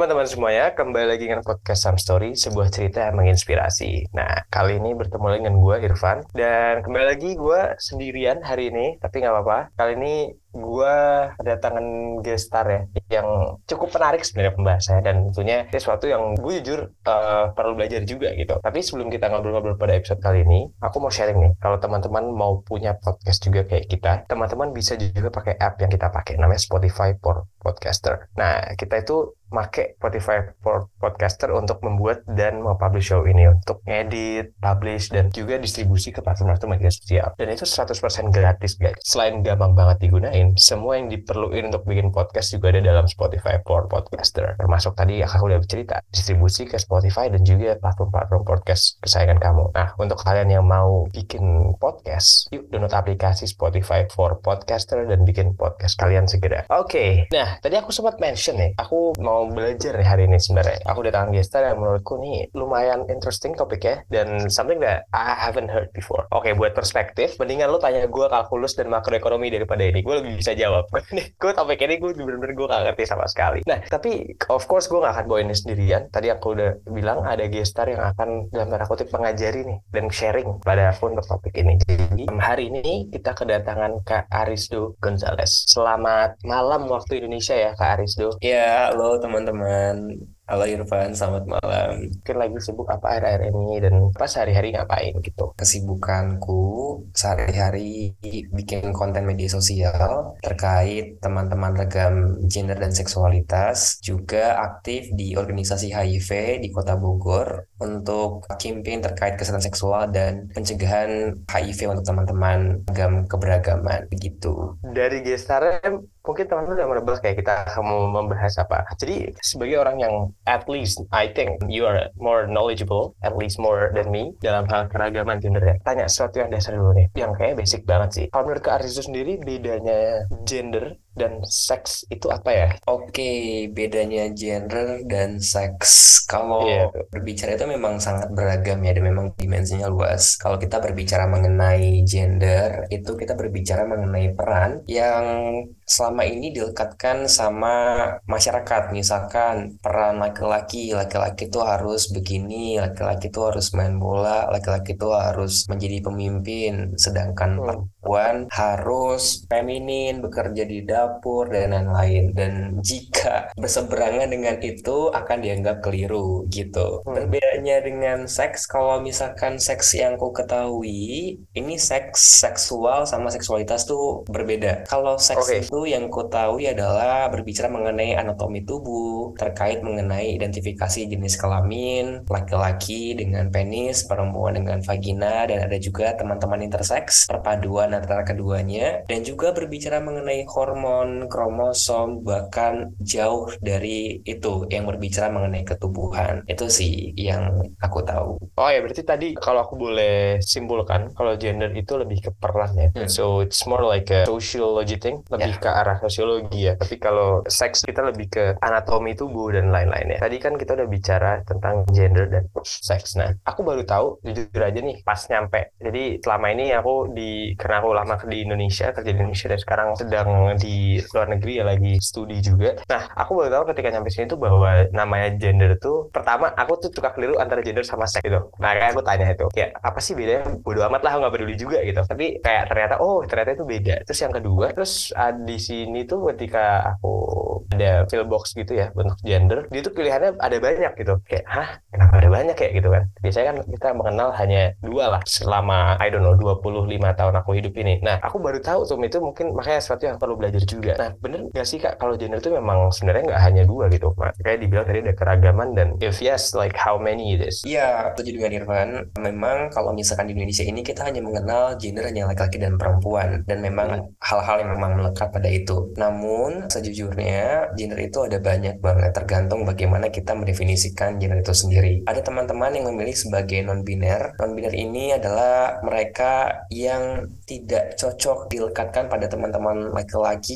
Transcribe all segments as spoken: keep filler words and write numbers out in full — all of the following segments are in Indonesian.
teman-teman semuanya, kembali lagi dengan podcast Some Story, sebuah cerita yang menginspirasi. Nah, kali ini bertemu lagi dengan gue, Irfan. Dan kembali lagi gue sendirian hari ini, tapi nggak apa-apa. Kali ini gue kedatangan guest star ya, yang cukup menarik sebenarnya pembahasannya. Dan tentunya ini sesuatu yang gue jujur uh, perlu belajar juga gitu. Tapi sebelum kita ngobrol-ngobrol pada episode kali ini, aku mau sharing nih. Kalau teman-teman mau punya podcast juga kayak kita, teman-teman bisa juga pakai app yang kita pakai, namanya Spotify for Podcaster. Nah, kita itu make Spotify for Podcaster untuk membuat dan mempublish show ini, untuk ngedit, publish, dan juga distribusi ke platform-platform media sosial. Dan itu seratus persen gratis, guys. Selain gampang banget digunain, semua yang diperluin untuk bikin podcast juga ada dalam Spotify for Podcaster. Termasuk tadi aku udah bercerita, distribusi ke Spotify dan juga platform-platform podcast kesayangan kamu. Nah, untuk kalian yang mau bikin podcast, yuk download aplikasi Spotify for Podcaster dan bikin podcast kalian segera. Oke, okay. Nah, tadi aku sempat mention nih, aku mau belajar nih hari ini sebenarnya. Aku datang gestar yang menurutku nih lumayan interesting topiknya dan something that I haven't heard before. Oke, okay, buat perspektif, mendingan lu tanya gue kalkulus dan makroekonomi daripada ini. Gue lebih bisa jawab. Gue topik ini gue bener-bener gue gak ngerti sama sekali. Nah, tapi of course gue gak akan bawa ini sendirian. Tadi aku udah bilang ada gestar yang akan dalam tanda kutip mengajari nih dan sharing pada aku untuk topik ini. Jadi hari ini kita kedatangan Kak Arisdo Gonzales. Selamat malam waktu Indonesia ya Kak Arisdo. Ya, halo teman-teman. Halo Irfan, selamat malam. Mungkin lagi sibuk apa akhir-akhir ini dan pas hari-hari ngapain gitu. Kesibukanku sehari-hari bikin konten media sosial terkait teman-teman regam gender dan seksualitas, juga aktif di organisasi H I V di Kota Bogor untuk campaign terkait kesehatan seksual dan pencegahan H I V untuk teman-teman regam keberagaman begitu. Dari gestarnya mungkin teman-teman udah menebak kayak kita mau membahas apa. Jadi sebagai orang yang at least I think you are more knowledgeable, at least more than me dalam hal keragaman gender ya. Tanya sesuatu yang dasar dulu nih, yang kayak basic banget sih. Kalau menurut Kak Aris itu sendiri bedanya gender dan seks itu apa ya? Oke, bedanya gender dan seks. Iya Kalau tuh. berbicara itu memang sangat beragam ya, dan memang dimensinya luas. Kalau kita berbicara mengenai gender, itu kita berbicara mengenai peran yang selama ini dilekatkan sama masyarakat. Misalkan peran laki-laki, laki-laki itu harus begini, laki-laki itu harus main bola, laki-laki itu harus menjadi pemimpin, sedangkan Hmm. perempuan harus feminin, bekerja di dapur, dan lain-lain. Dan jika berseberangan dengan itu akan dianggap keliru gitu. Hmm. Berbedanya dengan seks, kalau misalkan seks yang ku ketahui, ini seks seksual sama seksualitas tuh berbeda. Kalau seks Oke. itu yang ku tahu adalah berbicara mengenai anatomi tubuh, terkait mengenai identifikasi jenis kelamin, laki-laki dengan penis, perempuan dengan vagina, dan ada juga teman-teman interseks, perpaduan antara keduanya, dan juga berbicara mengenai hormon, kromosom, bahkan jauh dari itu yang berbicara mengenai ketubuhan. Itu sih yang aku tahu. Oh ya, berarti tadi kalau aku boleh simpulkan, kalau gender itu lebih ke peran ya. Hmm, So it's more like a sociology thing, lebih ya. ke arah sosiologi ya. Tapi kalau seks kita lebih ke anatomi tubuh dan lain-lain ya. Tadi kan kita udah bicara tentang gender dan seks. Nah, aku baru tahu, jujur aja nih, pas nyampe. Jadi selama ini aku di, karena aku lama di Indonesia, kerja di Indonesia dan sekarang sedang di luar negeri ya, lagi studi juga. Nah, aku baru tahu ketika nyampe sini tuh bahwa namanya gender tuh, pertama aku tuh suka keliru antara gender sama seks gitu. Nah, kayak aku tanya itu, ya apa sih bedanya? Bodo amat lah, aku nggak peduli juga gitu. Tapi kayak ternyata, oh ternyata itu beda. Terus yang kedua, terus ah, di sini tuh ketika aku ada pillbox gitu ya bentuk gender, dia tuh pilihannya ada banyak gitu. Kayak, hah? Kenapa ada banyak kayak gitu kan? Biasanya kan kita mengenal hanya dua lah selama, I don't know, dua puluh lima tahun aku hidup ini. Nah, aku baru tahu tuh itu mungkin makanya sesuatu yang perlu belajar juga. Nah, bener nggak sih Kak, kalau gender itu memang sebenarnya nggak hanya dua gitu. Nah, kayak dibilang tadi ada keragaman dan if yes, like how many it is? Iya, setuju dengan Irfan. Memang kalau misalkan di Indonesia ini kita hanya mengenal gender hanya laki-laki dan perempuan, dan Hmm. memang hal-hal yang memang melekat pada itu. Namun sejujurnya gender itu ada banyak banget, tergantung bagaimana kita mendefinisikan gender itu sendiri. Ada teman-teman yang memilih sebagai non-biner. Non-biner ini adalah mereka yang tidak cocok dilekatkan pada teman-teman laki-laki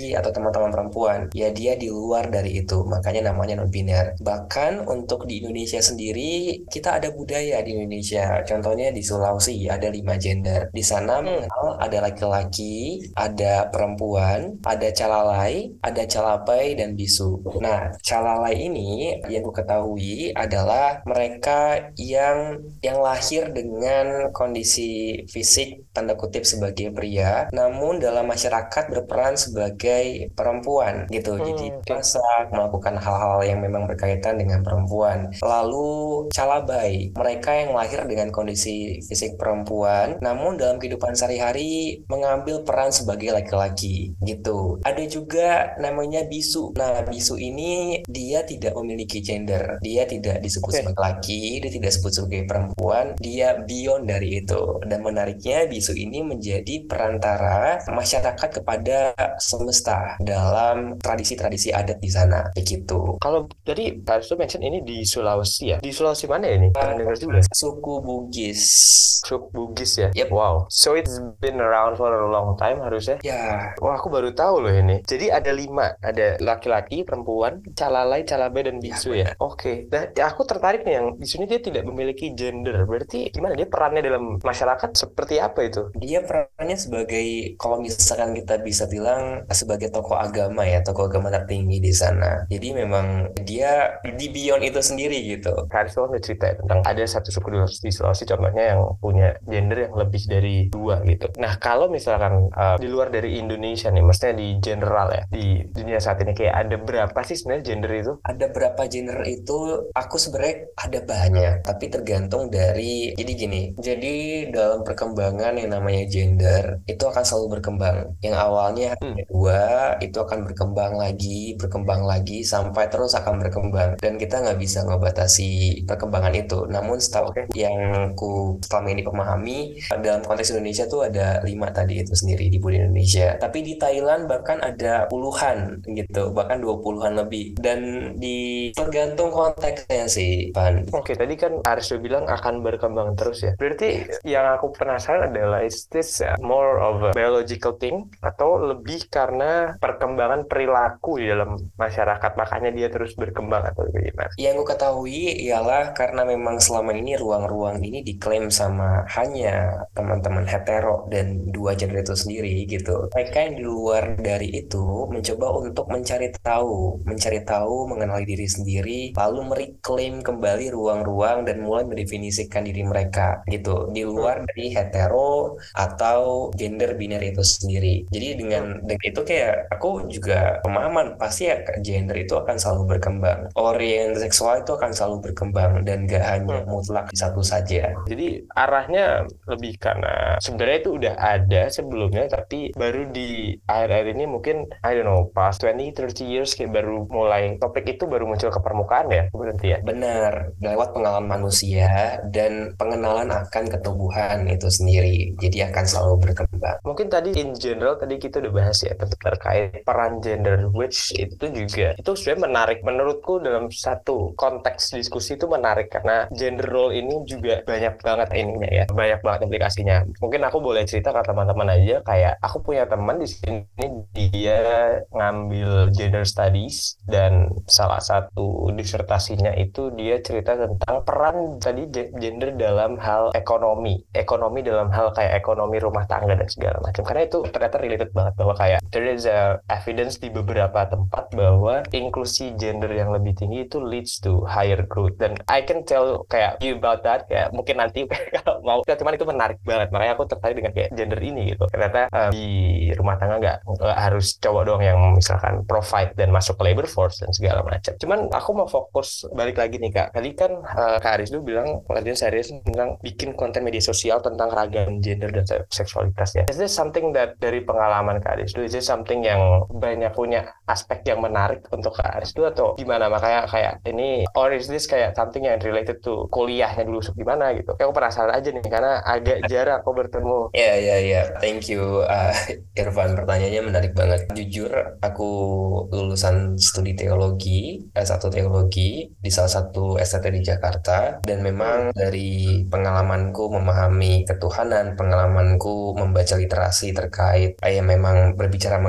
laki-laki atau teman-teman perempuan, ya dia di luar dari itu, makanya namanya non-biner. Bahkan untuk di Indonesia sendiri, kita ada budaya di Indonesia. Contohnya di Sulawesi ada lima gender. Di sana Hmm. mengenal ada laki-laki, ada perempuan, ada calalai, ada calabai, dan bisu. Nah, calalai ini yang ku ketahui adalah mereka yang yang lahir dengan kondisi fisik tanda kutip sebagai pria, namun dalam masyarakat berperan sebagai perempuan gitu. Jadi Hmm, oke. masak, melakukan hal-hal yang memang berkaitan dengan perempuan. Lalu calabai, mereka yang lahir dengan kondisi fisik perempuan, namun dalam kehidupan sehari-hari mengambil peran sebagai laki-laki gitu. Ada juga namanya bisu. Nah, bisu ini dia tidak memiliki gender. Dia tidak disebut Oke. sebagai laki, dia tidak disebut sebagai perempuan, dia beyond dari itu. Dan menariknya bisu ini menjadi perantara masyarakat kepada semesta dalam tradisi-tradisi adat di sana, begitu. Kalau tadi Kak Aris tuh mention ini di Sulawesi ya. Di Sulawesi mana ya ini? Pernah dengar juga. Suku Bugis. Suku Bugis ya. Yep. Wow. So it's been around for a long time harusnya. Ya, Wah, aku baru tahu loh ini. Jadi ada lima, ada laki-laki, perempuan, calalai, calabai, dan ya bisu ya. benar. Oke. Nah, ya aku tertarik nih yang di sini dia tidak memiliki gender. Berarti gimana dia perannya dalam masyarakat seperti apa itu? Dia perannya sebagai, kalau misalkan kita bisa bilang sebagai tokoh agama ya, tokoh agama tertinggi di sana. Jadi memang dia di beyond itu sendiri gitu. Kak Aris tuh kan udah cerita ya tentang ada satu suku di di Sulawesi contohnya yang punya gender yang lebih dari dua gitu. Nah, kalau misalkan uh, di luar dari Indonesia nih, maksudnya di general ya, di dunia saat ini kayak ada berapa sih sebenarnya gender itu? Ada berapa genre itu? Aku sebenarnya ada banyak, tapi tergantung dari, jadi gini, jadi dalam perkembangan yang namanya gender itu akan selalu berkembang. Yang awalnya Hmm, hanya dua, itu akan berkembang lagi, berkembang lagi sampai terus akan berkembang. Dan kita nggak bisa ngebatasi perkembangan itu. Namun setahu oke. yang ku selama ini pahami, dalam konteks Indonesia tuh ada lima tadi itu sendiri di budaya Indonesia. Tapi di Thailand bahkan ada puluhan gitu, bahkan dua puluhan lebih. Dan di tergantung konteksnya sih, Van. Oke, tadi kan Aris udah bilang akan berkembang terus ya. Berarti Yes. yang aku penasaran adalah is this uh, more of a biological thing atau lebih karena perkembangan perilaku di dalam masyarakat makanya dia terus berkembang atau bagaimana? Yang gue ketahui ialah karena memang selama ini ruang-ruang ini diklaim sama hanya teman-teman hetero dan dua gender itu sendiri gitu. Mereka yang di luar dari itu mencoba untuk mencari tahu, mencari tahu, mengenali diri sendiri, lalu mereklaim kembali ruang-ruang dan mulai mendefinisikan diri mereka gitu di Hmm, luar dari hetero atau gender binary itu sendiri. Jadi dengan hmm, dengan itu kayak aku juga pemahaman pasti ya gender itu akan selalu berkembang. Orientasi seksual itu akan selalu berkembang dan gak hanya hmm. mutlak di satu saja. Jadi arahnya lebih karena sebenarnya itu udah ada sebelumnya tapi baru di akhir-akhir ini mungkin I don't know past twenty thirty years kayak baru mulai topik itu baru muncul ke permukaan ya berarti ya. Benar, lewat pengalaman manusia dan pengenalan akan ketubuhan itu sendiri. Jadi akan selalu berkembang. Mungkin tadi in general tadi kita udah bahas ya tentang terkait peran gender which itu juga itu sebenarnya menarik menurutku dalam satu konteks diskusi itu menarik karena gender role ini juga banyak banget ininya ya banyak banget implikasinya. Mungkin aku boleh cerita ke teman-teman aja kayak aku punya teman di sini dia ngambil gender studies dan salah satu disertasinya itu dia cerita tentang peran tadi ge- gender dalam hal ekonomi ekonomi dalam hal kayak ekonomi rumah tangga dan segala macam karena itu ternyata related banget bahwa kayak there is a evidence di beberapa tempat bahwa inklusi gender yang lebih tinggi itu leads to higher growth dan I can tell kayak you about that kayak mungkin nanti kalau mau cuman itu menarik banget makanya aku tertarik dengan kayak gender ini gitu ternyata uh, di rumah tangga nggak nggak harus cowok doang yang misalkan provide dan masuk ke labor force dan segala macam cuman aku mau fokus balik lagi nih kak tadi kan uh, Kak Aris dulu bilang pengertian serius tentang bikin konten media sosial tentang ragam gender dan seksualitas ya. Is this something that dari pengalaman Kak Aris dulu, is this something yang banyak punya aspek yang menarik untuk Kak Aris dulu atau gimana? Makanya kayak ini, or is this kayak something yang related to kuliahnya dulu gimana gitu. Kayak aku penasaran aja nih, karena agak jarang aku bertemu. Ya, ya, ya. Thank you, uh, Irfan. Pertanyaannya menarik banget. Jujur, aku lulusan studi teologi, S satu teologi di salah satu S T T di Jakarta. Dan Hmm, memang dari pengalamanku memahami ketuhanan, pengalamanku membaca literasi terkait, eh, memang berbicara mengenai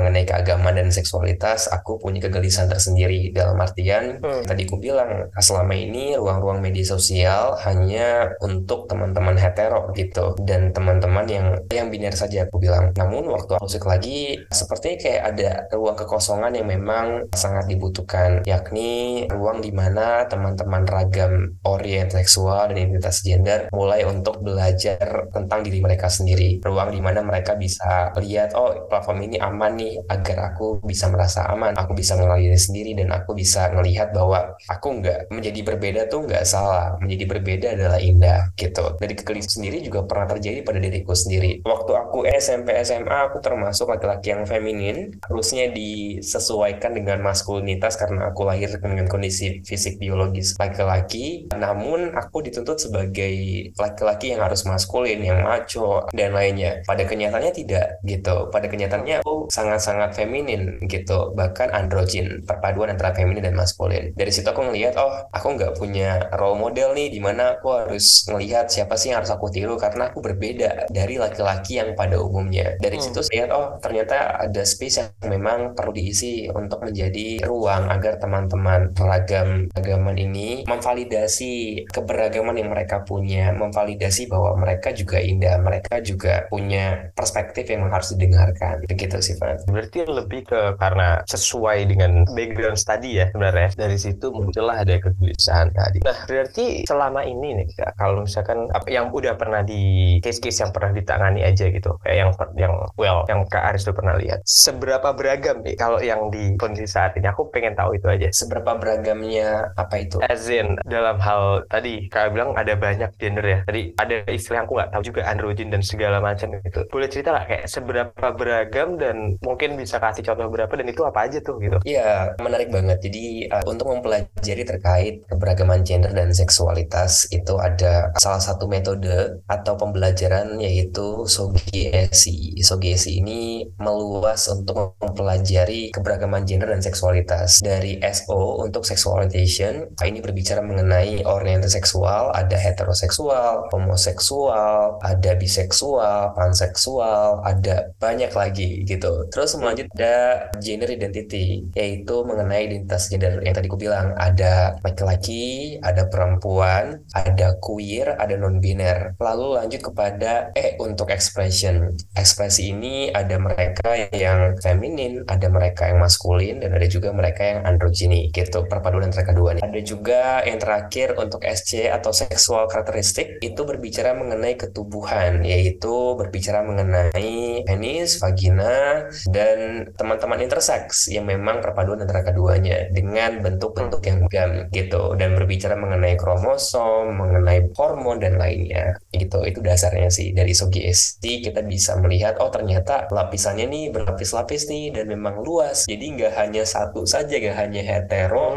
mengenai keagamaan dan seksualitas, aku punya kegelisahan tersendiri. Dalam artian, hmm. tadi aku bilang, selama ini ruang-ruang media sosial hanya untuk teman-teman hetero gitu, dan teman-teman yang yang biner saja aku bilang. Namun waktu aku cek lagi, sepertinya kayak ada ruang kekosongan yang memang sangat dibutuhkan, yakni ruang di mana teman-teman ragam orientasi seksual dan identitas gender mulai untuk belajar tentang diri mereka sendiri. Ruang di mana mereka bisa lihat, oh platform ini aman nih, agar aku bisa merasa aman, aku bisa mengenal diri sendiri, dan aku bisa melihat bahwa aku nggak menjadi berbeda tuh nggak salah, menjadi berbeda adalah indah gitu. Dari kegelisahan sendiri juga pernah terjadi pada diriku sendiri. Waktu aku S M P S M A, aku termasuk laki-laki yang feminin, harusnya disesuaikan dengan maskulinitas karena aku lahir dengan kondisi fisik biologis laki-laki, namun aku dituntut sebagai laki-laki yang harus maskulin, yang macho dan lainnya. Pada kenyataannya tidak gitu. Pada kenyataannya aku sangat-sangat feminin gitu, bahkan androgyn, perpaduan antara feminin dan maskulin. Dari situ aku ngelihat, oh aku nggak punya role model nih, dimana aku harus ngelihat siapa sih yang harus aku tiru karena aku berbeda dari laki-laki yang pada umumnya. Dari hmm. situ saya lihat, oh ternyata ada space yang memang perlu diisi untuk menjadi ruang agar teman-teman ragam agaman ini memvalidasi keberagaman yang mereka punya, memvalidasi bahwa mereka juga indah, mereka juga punya perspektif yang harus didengarkan. Begitu sih, Van. Berarti lebih ke karena sesuai dengan background study ya sebenarnya. Dari situ muncullah ada kegelisahan tadi. Nah, berarti selama ini nih, kalau misalkan yang udah pernah di case-case yang pernah ditangani aja gitu, kayak yang yang well, yang Kak Aris tuh pernah lihat, seberapa beragam nih kalau yang di kondisi saat ini? Aku pengen tahu itu aja. Seberapa beragamnya apa itu? As in, dalam hal tadi Kak bilang ada banyak gender ya. Tadi ada istilah yang aku nggak tahu juga, androgyn dan segala macam gitu. Boleh cerita nggak kayak seberapa beragam dan mungkin bisa kasih contoh berapa dan itu apa aja tuh gitu? Iya, menarik banget. Jadi uh, untuk mempelajari terkait keberagaman gender dan seksualitas itu ada salah satu metode atau pembelajaran yaitu Sogiesi. Sogiesi ini meluas untuk mempelajari keberagaman gender dan seksualitas. Dari S O untuk sexual orientation, ini berbicara mengenai orientasi seksual, ada heteroseksual, homoseksual, ada biseksual, panseksual, ada banyak lagi gitu. Terus selanjutnya ada gender identity, yaitu mengenai identitas gender yang tadi aku bilang, ada laki-laki, ada perempuan, ada queer, ada non-biner. Lalu lanjut kepada E untuk expression. Ekspresi ini ada mereka yang feminin, ada mereka yang maskulin, dan ada juga mereka yang androgyny gitu, perpaduan antara kedua nih. Ada juga yang terakhir untuk S C atau sexual characteristic, itu berbicara mengenai ketubuhan, yaitu berbicara mengenai penis, vagina, dan teman-teman intersex yang memang perpaduan antara keduanya dengan bentuk-bentuk yang beragam gitu, dan berbicara mengenai kromosom, mengenai hormon dan lainnya gitu. Itu dasarnya sih. Dari Sogiesi kita bisa melihat, oh ternyata lapisannya nih berlapis-lapis nih dan memang luas, jadi nggak hanya satu saja, nggak hanya hetero,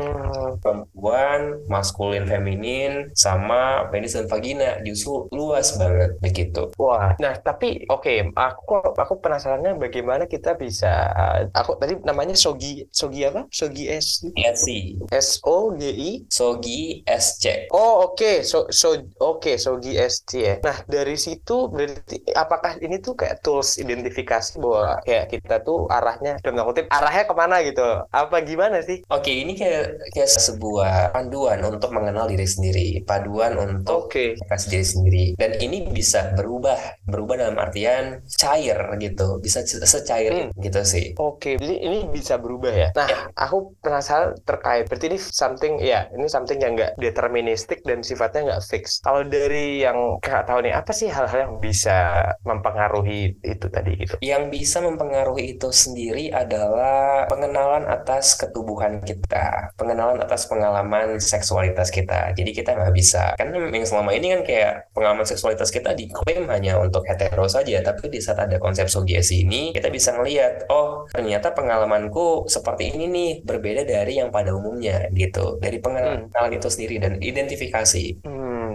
perempuan, maskulin, feminin, sama penis dan vagina, justru luas banget begitu. Wah, nah tapi oke, okay, aku aku penasarannya bagaimana kita bisa, uh, aku tadi namanya Sogi, Sogi apa? Sogi S S O G I Sogi S C. Oh oke, okay. so so oke okay, Sogi S C ya. Nah dari situ berarti apakah ini tuh kayak tools identifikasi bahwa kayak kita tuh arahnya dalam kutip arahnya kemana gitu? Apa gimana sih? Oke, okay, ini kayak kayak sebuah panduan untuk mengenal diri sendiri, paduan untuk okay. kasih diri sendiri, dan ini bisa berubah, berubah dalam artian cair gitu, bisa secair hmm. gitu sih. Oke, okay. Jadi ini bisa berubah ya. Nah, ya. Aku penasaran terkait, berarti ini something ya, ini something yang nggak deterministik dan sifatnya nggak fix. Kalau dari yang Kak tahu nih, apa sih hal-hal yang bisa mempengaruhi itu tadi gitu? Yang bisa mempengaruhi itu sendiri adalah pengenalan atas ketubuhan kita, pengenalan atas pengalaman seksualitas kita. Jadi kita nggak bisa, karena yang selama ini kan kayak pengalaman seksualitas kita diklaim hanya untuk hetero saja, tapi di saat ada konsep Sogiesi ini, kita bisa ngelihat, oh ternyata pengalamanku seperti ini nih, berbeda dari yang pada umumnya gitu. Dari pengenalan hmm. itu sendiri dan identifikasi. Hmm.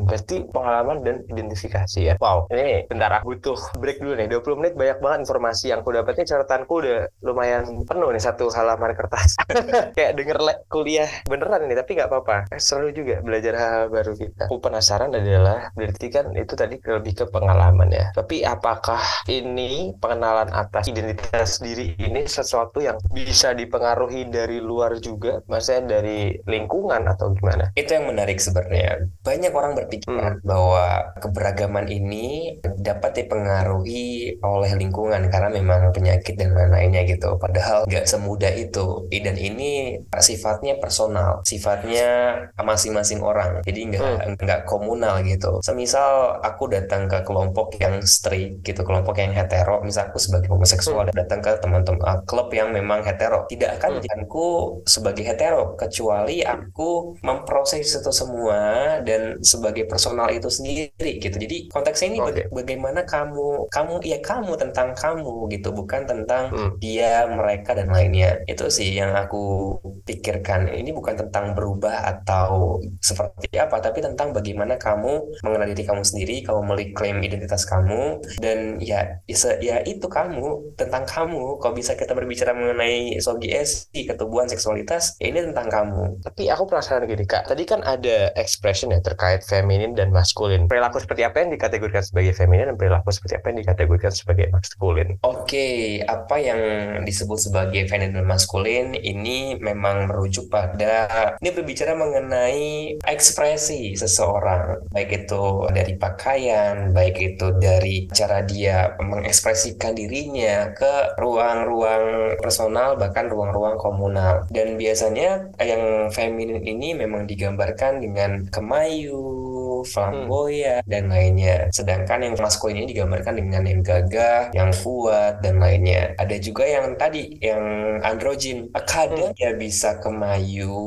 berarti pengalaman dan identifikasi ya. Wow, ini bentar aku butuh break dulu nih. dua puluh menit banyak banget informasi yang aku dapatnya, catatanku udah lumayan penuh nih, satu halaman kertas. Kayak denger le- kuliah beneran ini, tapi nggak apa-apa. Eh, seru juga belajar hal baru kita. Aku penasaran adalah, berarti kan itu tadi lebih ke pengalaman ya. Tapi apakah ini pengenalan atas identitas diri ini sesuatu yang bisa dipengaruhi dari luar juga? Maksudnya dari lingkungan atau gimana? Itu yang menarik sebenarnya. Banyak orang berpikiran Hmm, bahwa keberagaman ini dapat dipengaruhi oleh lingkungan karena memang penyakit dan lain-lainnya gitu. Padahal nggak semudah itu. Dan ini sifatnya personal, sifatnya masing-masing orang. Jadi nggak hmm, nggak komunal gitu. Semisal aku datang ke kelompok yang straight gitu, kelompok yang hetero. Misal aku sebagai homoseksual hmm, datang ke teman-teman uh, klub yang memang hetero, tidak akan hmm. menjadikanku sebagai hetero kecuali aku memproses itu semua dan sebagai personal itu sendiri gitu. Jadi konteksnya ini baga- Oke. bagaimana kamu kamu ya kamu tentang kamu gitu, bukan tentang Hmm. dia, mereka dan lainnya. Itu sih yang aku pikirkan. Ini bukan tentang berubah atau seperti apa, tapi tentang bagaimana kamu mengenal diri kamu sendiri, kamu mengklaim identitas kamu dan ya ya, se- ya itu kamu, tentang kamu. Kalau bisa kita berbicara mengenai sogi esi, ketubuhan seksualitas, ya ini tentang kamu. Tapi aku penasaran gini Kak, tadi kan ada expression ya terkait feminin dan maskulin. Perilaku seperti apa yang dikategorikan sebagai feminin dan perilaku seperti apa yang dikategorikan sebagai maskulin? Oke, apa yang disebut sebagai feminin dan maskulin ini memang merujuk pada, ini berbicara mengenai ekspresi seseorang, baik itu dari pakaian, baik itu dari cara dia mengekspresikan dirinya ke ruang-ruang personal, bahkan ruang-ruang komunal. Dan biasanya yang feminin ini memang digambarkan dengan kemayu, Hmm, flamboyan, dan lainnya. Sedangkan yang maskulin ini digambarkan dengan yang gagah, yang kuat, dan lainnya. Ada juga yang tadi, yang androgyn. hmm, Kadang dia bisa kemayu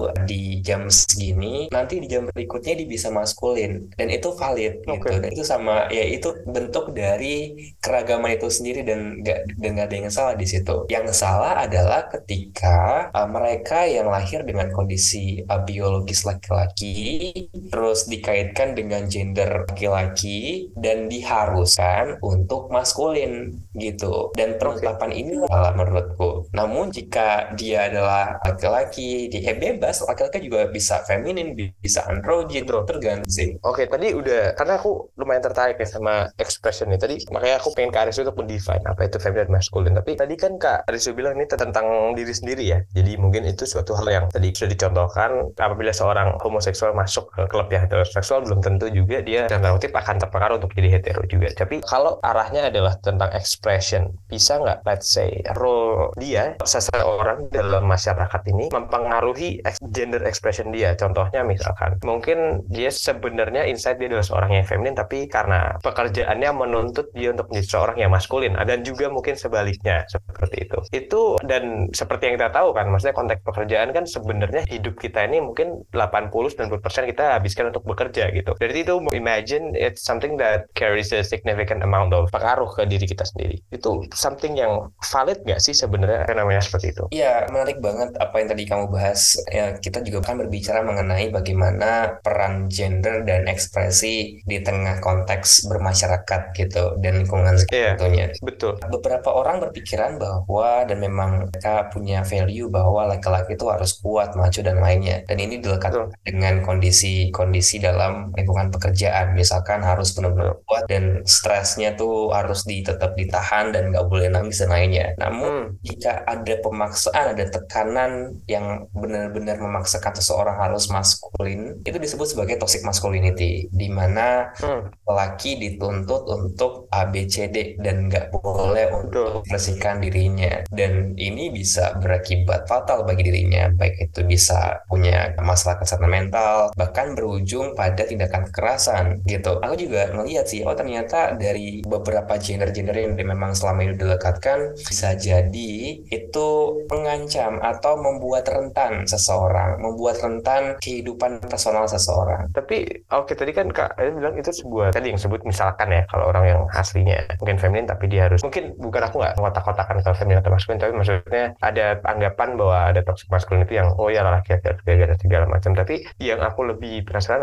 di jam segini, nanti di jam berikutnya dia bisa maskulin. Dan itu valid gitu. oke, Dan itu sama, ya itu bentuk dari keragaman itu sendiri dan nggak dan nggak ada yang salah di situ. Yang salah adalah ketika uh, mereka yang lahir dengan kondisi uh, biologis laki-laki terus dikaitkan dengan gender laki-laki dan diharuskan untuk maskulin gitu. Dan oke, penetapan ini salah menurutku. Namun jika dia adalah laki-laki, dia bebas, laki-laki juga bisa feminin, bisa androgyn, betul. tergantung sih. Oke, tadi udah, karena aku lumayan tertarik ya sama expression ini. Tadi makanya aku pengen ke Aris untuk mendefine apa itu feminin dan maskulin. Tapi tadi kan Kak Aris bilang ini tentang diri sendiri ya. Jadi mungkin itu suatu hal yang tadi sudah dicontohkan. Apabila seorang homoseksual masuk ke klub yang heteroseksual, belum tentu juga dia dan kutip akan terpengaruh untuk jadi hetero juga. Tapi kalau arahnya adalah tentang expression, bisa nggak, let's say, role dia, seseorang dalam masyarakat ini mempengaruhi ex- gender expression dia. Contohnya misalkan, mungkin dia sebenarnya inside dia adalah seorang yang feminin, tapi karena pekerjaannya menuntut dia untuk menjadi seorang yang maskulin. Dan juga mungkin sebaliknya seperti itu. Itu dan seperti yang kita tahu kan, maksudnya konteks pekerjaan kan sebenarnya hidup kita ini mungkin delapan puluh sampai sembilan puluh persen kita habiskan untuk bekerja gitu. Jadi itu imagine it's something that carries a significant amount of pengaruh ke diri kita sendiri. Itu something yang valid nggak sih sebenarnya namanya seperti itu? Iya, menarik banget apa yang tadi kamu bahas. Ya, kita juga kan berbicara mengenai bagaimana peran gender dan ekspresi di tengah konteks bermasyarakat gitu dan lingkungan Iya, sekitar tentunya. betul. Beberapa orang berpikiran bahwa dan memang mereka punya value bahwa laki-laki itu harus kuat, macho dan lainnya. Dan ini dilekatkan Betul. dengan kondisi-kondisi dalam lingkungan pekerjaan. Misalkan harus benar-benar Betul. kuat dan stresnya tuh harus di, tetap ditahan dan nggak boleh nangis dan lainnya. Namun Hmm. jika ada pemaksaan, ada tekanan yang benar-benar memaksakan seseorang harus maskulin, itu disebut sebagai toxic masculinity, di mana Hmm. laki dituntut untuk A B C D dan nggak boleh untuk Betul. membersihkan dirinya, dan ini bisa berakibat fatal bagi dirinya, baik itu bisa punya masalah kesehatan mental, bahkan berujung pada tindakan kekerasan gitu. Aku juga ngelihat sih, oh ternyata dari beberapa gender-gender yang memang selama ini dilekatkan bisa jadi itu mengancam atau membuat rentan seseorang, membuat rentan kehidupan personal seseorang. Tapi oke, tadi kan Kak Ayu bilang itu sebuah, tadi yang sebut misalkan ya, kalau orang yang aslinya mungkin feminin tapi dia harus, mungkin bukan, aku nggak ngotak-kotakan kalau feminin atau maskulin, tapi maksudnya ada anggapan bahwa ada toxic maskulin itu yang oh ya laki-laki harus gaya dan segala macam. Tapi yang aku lebih penasaran adalah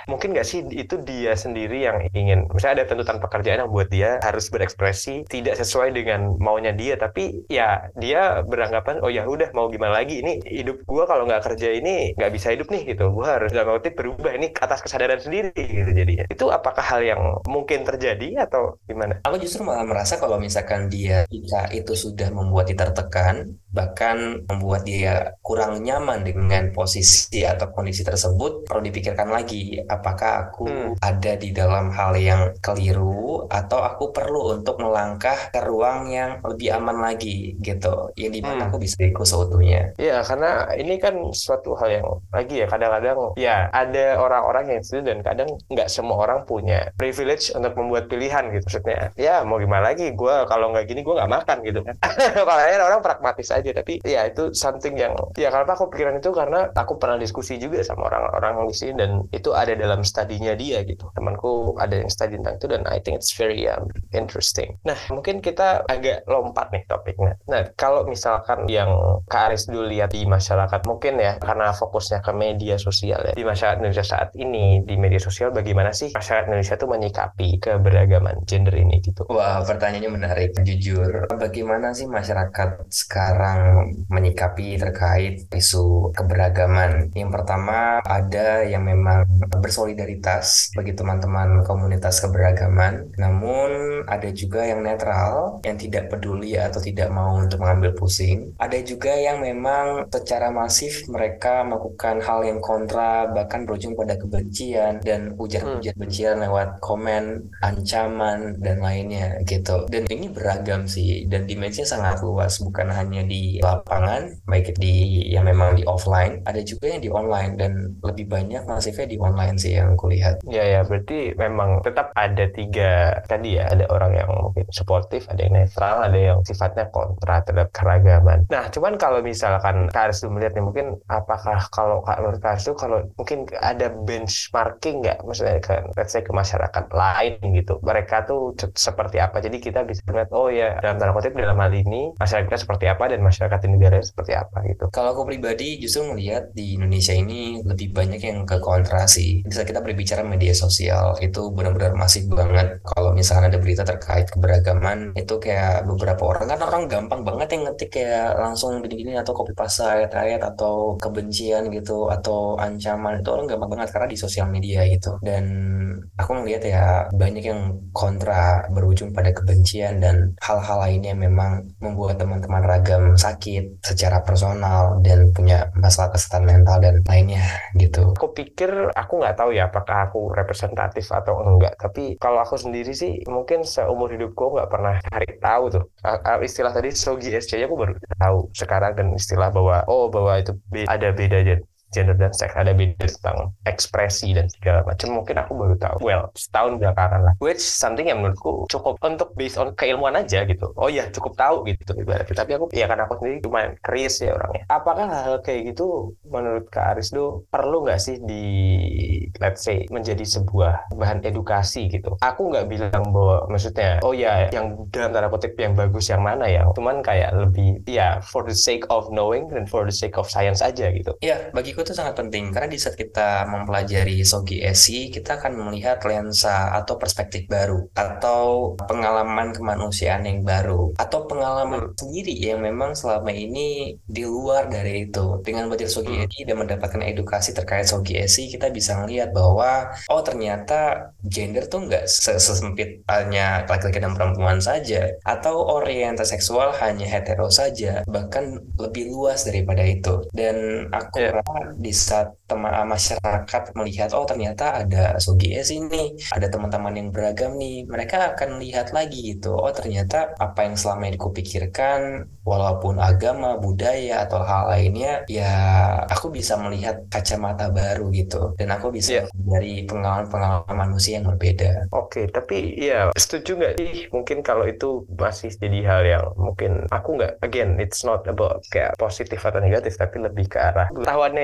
mungkin nggak sih itu dia sendiri yang ingin, misalnya ada tuntutan pekerjaan yang buat dia harus berekspresi tidak sesuai dengan maunya dia, tapi ya dia beranggapan oh ya udah mau gimana lagi, ini hidup gue kalau nggak kerja ini nggak bisa hidup nih gitu, gue harus dalam arti berubah ini atas kesadaran sendiri gitu jadinya. Itu apakah hal yang mungkin terjadi atau gimana? Aku justru malah merasa kalau misalkan dia jika itu sudah membuat dia tertekan, bahkan membuat dia kurang nyaman dengan posisi atau kondisi tersebut, perlu dipikirkan lagi apakah aku Hmm. ada di dalam hal yang keliru atau aku perlu untuk melangkah ke ruang yang lebih aman lagi gitu, yang dimana Hmm. aku bisa ikut seutuhnya. Ya, karena ini kan suatu hal yang lagi ya kadang-kadang ya ada orang-orang yang itu dan kadang nggak semua orang punya privilege untuk membuat pilihan gitu. Maksudnya ya mau gimana lagi, gue kalau nggak gini gue nggak makan gitu kan. Kalau orang pragmatis aja, tapi ya itu something yang ya kenapa aku pikiran itu karena aku pernah diskusi juga sama orang-orang di sini dan itu ada dalam studinya dia gitu. Temanku ada yang study tentang itu dan I think it's very um, interesting. Nah, mungkin kita agak lompat nih topiknya. Nah, kalau misalkan yang Kak Aris dulu lihat di masyarakat mungkin ya karena fokusnya ke media sosial ya, di masyarakat Indonesia saat ini di media sosial bagaimana sih masyarakat Indonesia tuh menyikapi keberagaman gender ini gitu. Wah, pertanyaannya menarik. Jujur, bagaimana sih masyarakat sekarang menyikapi terkait isu keberagaman? Yang pertama, ada yang memang bersolidaritas bagi teman-teman komunitas keberagaman, namun ada juga yang netral, yang tidak peduli atau tidak mau untuk mengambil pusing. Ada juga yang memang secara masif mereka melakukan hal yang kontra, bahkan berujung pada kebencian dan Hmm. ujar-ujar kebencian lewat komen, ancaman, dan lainnya gitu. Dan ini beragam sih, dan dimensinya sangat luas, bukan hanya di lapangan, baik di yang memang di offline, ada juga yang di online, dan lebih banyak masifnya di online sih yang kulihat. Ya ya, berarti memang tetap ada tiga tadi ya, ada orang yang mungkin suportif, ada yang netral, ada yang sifatnya kontra terhadap keragaman. Nah, cuman kalau misalkan Kak Aris tuh melihat nih, mungkin apakah kalau Kak menurut Kak Aris tuh kalau mungkin ada benchmarking nggak, maksudnya ke, let's say ke masyarakat lain gitu, mereka tuh c- seperti apa? Jadi kita bisa melihat, oh ya dalam tanda kutip dalam hal ini masyarakat kita seperti apa dan masyarakat di negara seperti apa gitu. Kalau aku pribadi justru melihat di Indonesia ini lebih banyak yang ke kontra sih. Bisa kita berbicara media sosial itu benar-benar masif banget. Kalau misalkan ada berita terkait keberagaman itu kayak beberapa orang kan orang gampang banget yang ngetik kayak langsung gini-gini atau copy paste ayat-ayat atau kebencian gitu atau ancaman itu orang gampang banget karena di sosial media gitu. Dan aku ngelihat ya banyak yang kontra berujung pada kebencian dan hal-hal lainnya yang memang membuat teman-teman ragam sakit secara personal dan punya masalah kesehatan mental dan lainnya gitu. Aku pikir, aku nggak tahu ya apakah aku representatif atau enggak, tapi kalau aku sendiri sih mungkin seumur hidupku nggak pernah cari tahu tuh. A- a- istilah tadi Sogi S C aku baru tahu sekarang, dan istilah bahwa oh bahwa itu be- ada beda aja gender dan seks, ada beda tentang ekspresi dan segala macam, mungkin aku baru tahu well setahun belakangan lah, which something yang menurutku cukup untuk based on keilmuan aja gitu. Oh ya cukup tahu gitu ibaratnya, tapi aku ya karena aku sendiri lumayan curious ya orangnya, apakah hal kayak gitu menurut Kak Aris tuh perlu nggak sih di let's say menjadi sebuah bahan edukasi gitu. Aku nggak bilang bahwa maksudnya oh ya yang dalam tanda kutip yang bagus yang mana ya, cuman kayak lebih ya for the sake of knowing dan for the sake of science aja gitu. Ya, bagiku itu sangat penting karena di saat kita mempelajari Sogi Esi, kita akan melihat lensa atau perspektif baru atau pengalaman kemanusiaan yang baru atau pengalaman Hmm. sendiri yang memang selama ini di luar dari itu. Dengan belajar Sogi Hmm. Esi dan mendapatkan edukasi terkait Sogi Esi, kita bisa melihat bahwa oh ternyata gender tuh nggak se- sesempit hanya laki-laki dan perempuan saja atau orientasi seksual hanya hetero saja, bahkan lebih luas daripada itu. Dan aku Ya. rasa di saat teman masyarakat melihat oh ternyata ada Sogi S ini, ada teman-teman yang beragam nih, mereka akan lihat lagi gitu. Oh ternyata apa yang selama ini kupikirkan, walaupun agama, budaya atau hal lainnya, ya aku bisa melihat kacamata baru gitu. Dan aku bisa Ya. dari pengalaman-pengalaman manusia yang berbeda. Oke, tapi ya setuju nggak sih? Mungkin kalau itu masih jadi hal yang mungkin aku nggak, again, it's not about kayak positif atau negatif, tapi lebih ke arah pengetahuannya itu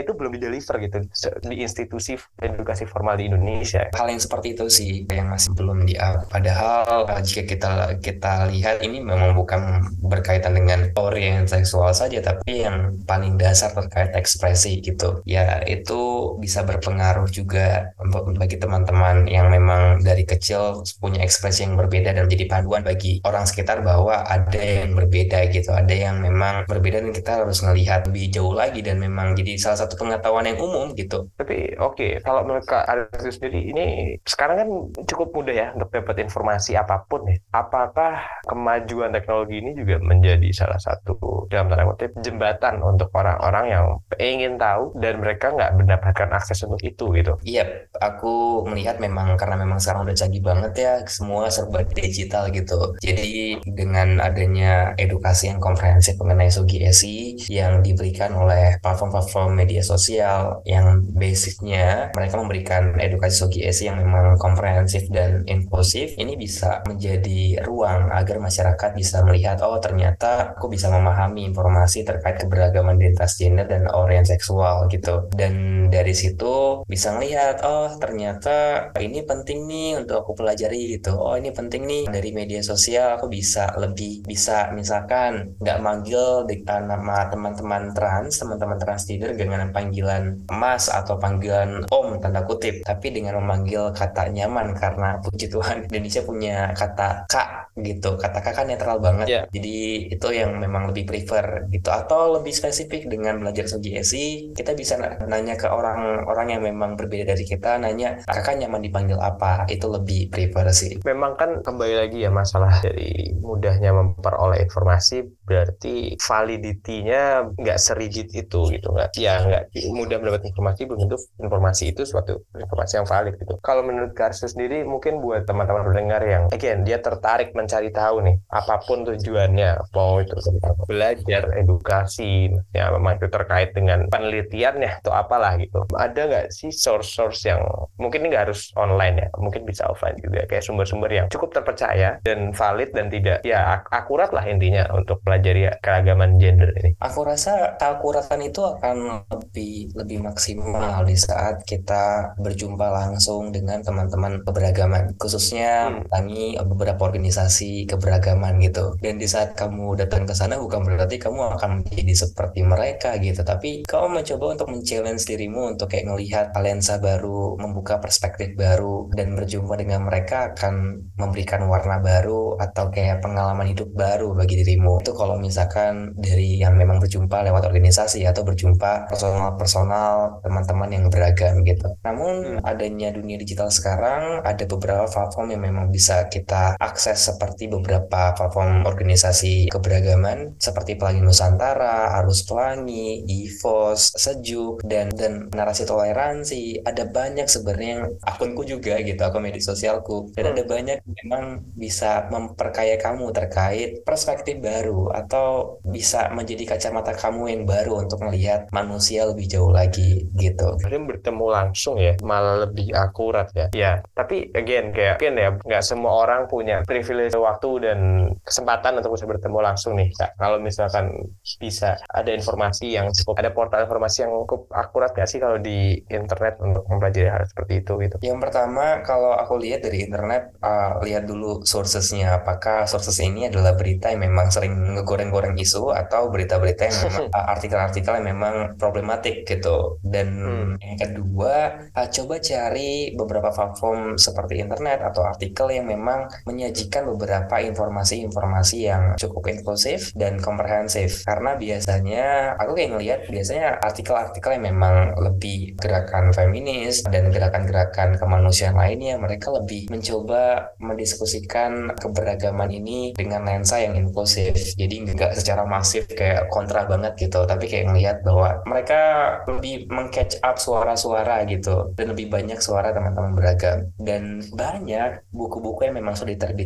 itu belum di-deliver gitu di institusi edukasi formal di Indonesia. Hal yang seperti itu sih yang masih belum di up. Padahal uh, jika kita kita lihat ini memang bukan berkaitan dengan orientasi seksual saja, tapi yang paling dasar terkait ekspresi gitu. Ya itu bisa berpengaruh juga bagi teman-teman yang memang dari kecil punya ekspresi yang berbeda dan menjadi panduan bagi orang sekitar bahwa ada yang berbeda gitu, ada yang memang berbeda dan kita harus ngelihat lebih jauh lagi dan memang jadi salah satu pengetahuan yang umum gitu. Tapi oke, okay, kalau menurut Kak Aris sendiri ini sekarang kan cukup mudah ya untuk dapat informasi apapun ya. Apakah kemajuan teknologi ini juga menjadi salah satu dalam tanda kutip jembatan untuk orang-orang yang ingin tahu dan mereka nggak mendapatkan akses untuk itu gitu? Iya, aku melihat memang karena memang sekarang udah canggih banget ya, semua serba digital gitu. Jadi dengan adanya edukasi yang komprehensif mengenai Sogi Esi yang diberikan oleh platform-platform media sosial yang basicnya mereka memberikan edukasi Sogi Esi yang memang komprehensif dan inklusif, ini bisa menjadi ruang agar masyarakat bisa melihat, oh ternyata aku bisa memahami informasi terkait keberagaman identitas gender dan orientasi seksual gitu. Dan dari situ bisa ngelihat, oh ternyata ini penting nih untuk aku pelajari gitu. Oh ini penting nih dari media sosial aku bisa lebih bisa misalkan nggak manggil di, uh, nama teman-teman trans, teman-teman transgender dengan panggilan mas atau panggilan om tanda kutip, tapi dengan memanggil kata nyaman karena puji Tuhan Indonesia punya kata kak gitu. Kata kak kan netral banget. Yeah. Jadi itu yang memang lebih prefer gitu. Atau lebih spesifik dengan belajar Sogi Esi, kita bisa nanya ke orang-orang yang memang berbeda dari kita, nanya kakak nyaman dipanggil apa, itu lebih prefer sih. Memang kan kembali lagi ya masalah dari mudahnya memperoleh informasi, berarti validitinya nggak serigid itu gitu, nggak ya nggak mudah mendapat informasi belum tentu informasi itu suatu informasi yang valid gitu. Kalau menurut Karsu sendiri mungkin buat teman-teman pendengar yang again dia tertarik mencari tahu nih apapun tujuannya, mau itu tentang belajar edukasi ya memang itu terkait dengan penelitiannya atau apalah gitu, ada nggak sih source-source yang mungkin ini nggak harus online ya, mungkin bisa offline juga, kayak sumber-sumber yang cukup terpercaya dan valid dan tidak ya ak- akurat lah intinya untuk pelajari keragaman gender ini? Aku rasa keakuratan itu akan lebih lebih maksimal di saat kita berjumpa langsung dengan teman-teman keberagaman, khususnya Hmm. mendatangi beberapa organisasi keberagaman gitu. Dan di saat kamu datang ke sana bukan berarti kamu akan menjadi seperti mereka gitu, tapi kamu mencoba untuk men-challenge dirimu untuk kayak ngelihat lensa baru, membuka perspektif baru, dan berjumpa dengan mereka akan memberikan warna baru atau kayak pengalaman hidup baru bagi dirimu. Itu kalau misalkan dari yang memang berjumpa lewat organisasi atau berjumpa personal-personal teman-teman yang beragam gitu. Namun Hmm. adanya dunia digital sekarang, ada beberapa platform yang memang bisa kita akses seperti beberapa platform organisasi keberagaman seperti Pelangi Nusantara, Arus Pelangi, I V O S, Sejuk, dan dan narasi toleransi. Ada banyak sebenarnya yang akunku juga gitu, akun media sosialku, dan Hmm. ada banyak yang memang bisa memperkaya kamu terkait perspektif baru atau bisa menjadi kacamata kamu yang baru untuk melihat manusia lebih jauh lagi gitu. Akhirnya bertemu langsung ya malah lebih akurat ya. Ya, tapi again kayak mungkin ya nggak semua orang punya privilege waktu dan kesempatan untuk bisa bertemu langsung nih. Kak, kalau misalkan bisa ada informasi yang cukup, ada portal informasi yang cukup akurat nggak sih kalau di internet untuk mempelajari hal seperti itu gitu? Yang pertama, kalau aku lihat dari internet, uh, lihat dulu sourcesnya. Apakah sources ini adalah berita yang memang sering ngegoreng-goreng isu atau berita-berita yang memang uh, artikel-artikel yang memang problematik gitu. Dan Hmm. yang kedua, uh, coba cari beberapa platform seperti internet atau artikel yang memang menyajikan beberapa informasi-informasi yang cukup inklusif dan komprehensif. Karena biasanya, aku kayak ngelihat biasanya artikel-artikel yang memang lebih gerakan feminis dan gerakan-gerakan kemanusiaan lainnya, mereka lebih mencoba mendiskusikan keberagaman ini dengan lensa yang inklusif. Jadi nggak secara masif kayak kontra banget gitu, tapi kayak ngelihat bahwa mereka lebih meng-catch up suara-suara gitu, dan lebih banyak suara teman-teman beragam. Dan banyak buku-buku yang memang sudah diterbitkan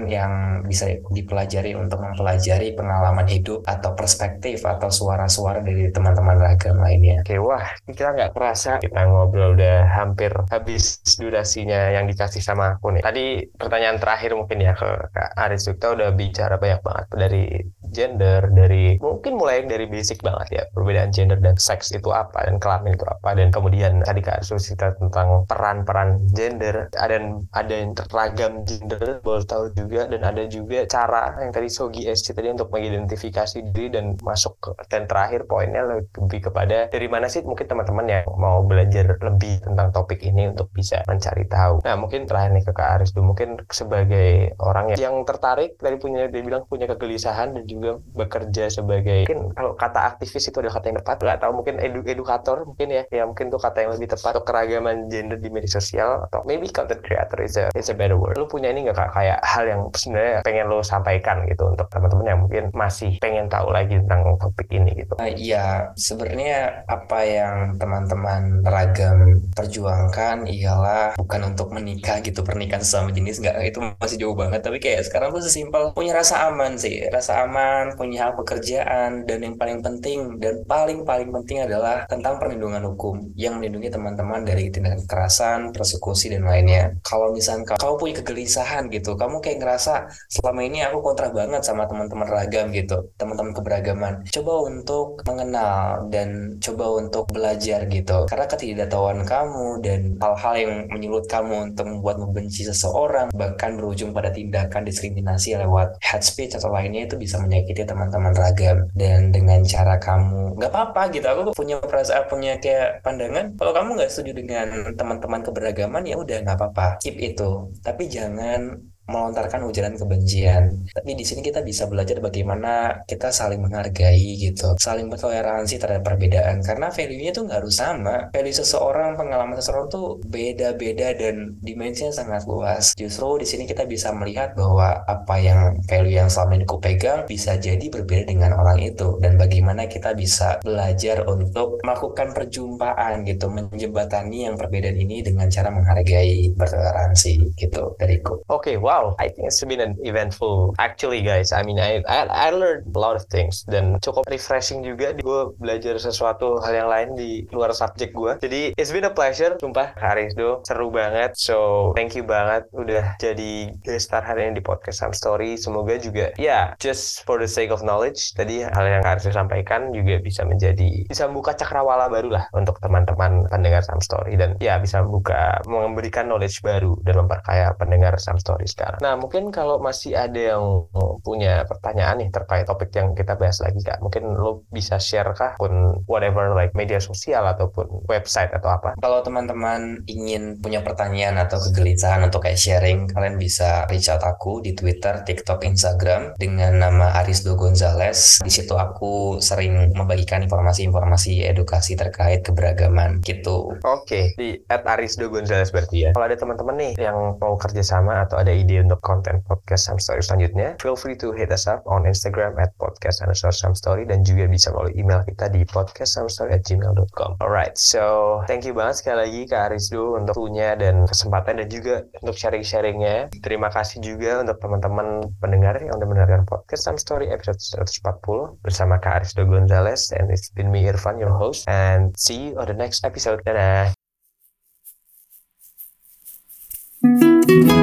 yang bisa dipelajari untuk mempelajari pengalaman hidup atau perspektif atau suara-suara dari teman-teman ragam lainnya. Oke, wah, kita nggak kerasa kita ngobrol udah hampir habis durasinya yang dikasih sama aku nih. Tadi pertanyaan terakhir mungkin ya ke Kak Aris, kita udah bicara banyak banget dari gender, dari mungkin mulai dari basic banget ya, perbedaan gender dan seks itu apa, dan kelamin itu apa, dan kemudian tadi Kak Aris cerita tentang peran-peran gender, ada ada yang ragam gender, boleh tahu juga, dan ada juga cara yang tadi Sogi S C tadi untuk mengidentifikasi diri dan masuk ke, dan terakhir poinnya lebih kepada dari mana sih mungkin teman-teman yang mau belajar lebih tentang topik ini untuk bisa mencari tahu. Nah, mungkin terakhir nih ke Kak Aris dulu, mungkin sebagai orang yang, yang tertarik tadi punya, dia bilang punya kegelisahan dan juga bekerja sebagai, mungkin kalau kata aktivis itu adalah kata yang tepat, nggak tahu, mungkin edu edukator mungkin ya, ya mungkin itu kata yang lebih tepat untuk keragaman gender di media sosial, atau maybe content creator is a, is a better word. Lu punya ini nggak Kak, kayak hal yang sebenarnya pengen lu sampaikan gitu untuk teman-teman yang mungkin masih pengen tahu lagi tentang topik ini gitu? Uh, iya, sebenarnya apa yang teman-teman ragam perjuangkan ialah bukan untuk menikah gitu, pernikahan sesama jenis, nggak, itu masih jauh banget. Tapi kayak sekarang tuh sesimpel punya rasa aman sih, rasa aman, punya hak pekerjaan, dan yang paling penting dan paling paling penting adalah tentang perlindungan hukum yang melindungi teman-teman dari tindakan kekerasan, persekusi dan lainnya. Kalau misalnya kamu punya kegelisahan gitu, kamu kayak ngerasa selama ini aku kontra banget sama teman-teman ragam gitu, teman-teman keberagaman, coba untuk mengenal dan coba untuk belajar gitu, karena ketidaktahuan kamu dan hal-hal yang menyulut kamu untuk membuat membenci seseorang, bahkan berujung pada tindakan diskriminasi lewat hate speech atau lainnya, itu bisa menyakiti teman-teman ragam. Dan dengan cara kamu, nggak apa-apa gitu, aku punya perasaan, punya kayak pandangan, kalau kamu nggak setuju dengan teman-teman keberagaman, ya udah nggak apa-apa, keep itu, tapi jangan melontarkan ujaran kebencian. Tapi di sini kita bisa belajar bagaimana kita saling menghargai gitu, saling bertoleransi terhadap perbedaan, karena value-nya tuh nggak harus sama. Value seseorang, pengalaman seseorang tuh beda-beda dan dimensinya sangat luas. Justru di sini kita bisa melihat bahwa apa yang value yang selama ini aku pegang bisa jadi berbeda dengan orang itu, dan bagaimana kita bisa belajar untuk melakukan perjumpaan gitu, menjembatani yang perbedaan ini dengan cara menghargai, bertoleransi gitu dariku. Oke, okay, wow, I think it's been an eventful, actually guys. I mean, I I, I learned a lot of things dan cukup refreshing juga. Gue belajar sesuatu hal yang lain di luar subjek gue. Jadi it's been a pleasure, sumpah, Kak Arisdo, seru banget. So thank you banget udah jadi guest star hari ini di podcast Some Story. Semoga juga, ya, yeah, just for the sake of knowledge, tadi hal yang Kak Arisdo sampaikan juga bisa menjadi, bisa membuka cakrawala baru lah untuk teman-teman pendengar Some Story, dan ya bisa membuka, memberikan knowledge baru dan memperkaya pendengar Some Story sekarang. Nah, mungkin kalau masih ada yang punya pertanyaan nih terkait topik yang kita bahas lagi, Kak, mungkin lo bisa share kah akun whatever, like media sosial ataupun website atau apa? Kalau teman-teman ingin punya pertanyaan atau kegelisahan untuk kayak sharing, kalian bisa reach out aku di Twitter, TikTok, Instagram dengan nama Arisdo Gonzales. Di situ aku sering membagikan informasi-informasi edukasi terkait keberagaman gitu. Oke, okay. Di at Arisdo Gonzales berarti ya. Kalau ada teman-teman nih yang mau kerjasama atau ada ide untuk konten podcast Some Story selanjutnya, feel free to hit us up on Instagram at podcast underscore Some Story, dan juga bisa melalui email kita di podcastsomstory at gmail dot com. Alright, so thank you banget sekali lagi Kak Arisdo untuk punya dan kesempatan dan juga untuk sharing-sharingnya. Terima kasih juga untuk teman-teman pendengar yang udah mendengarkan podcast Some Story episode seratus empat puluh bersama Kak Arisdo Gonzales, and it's been me Irfan, your host, and see you on the next episode. Dadah.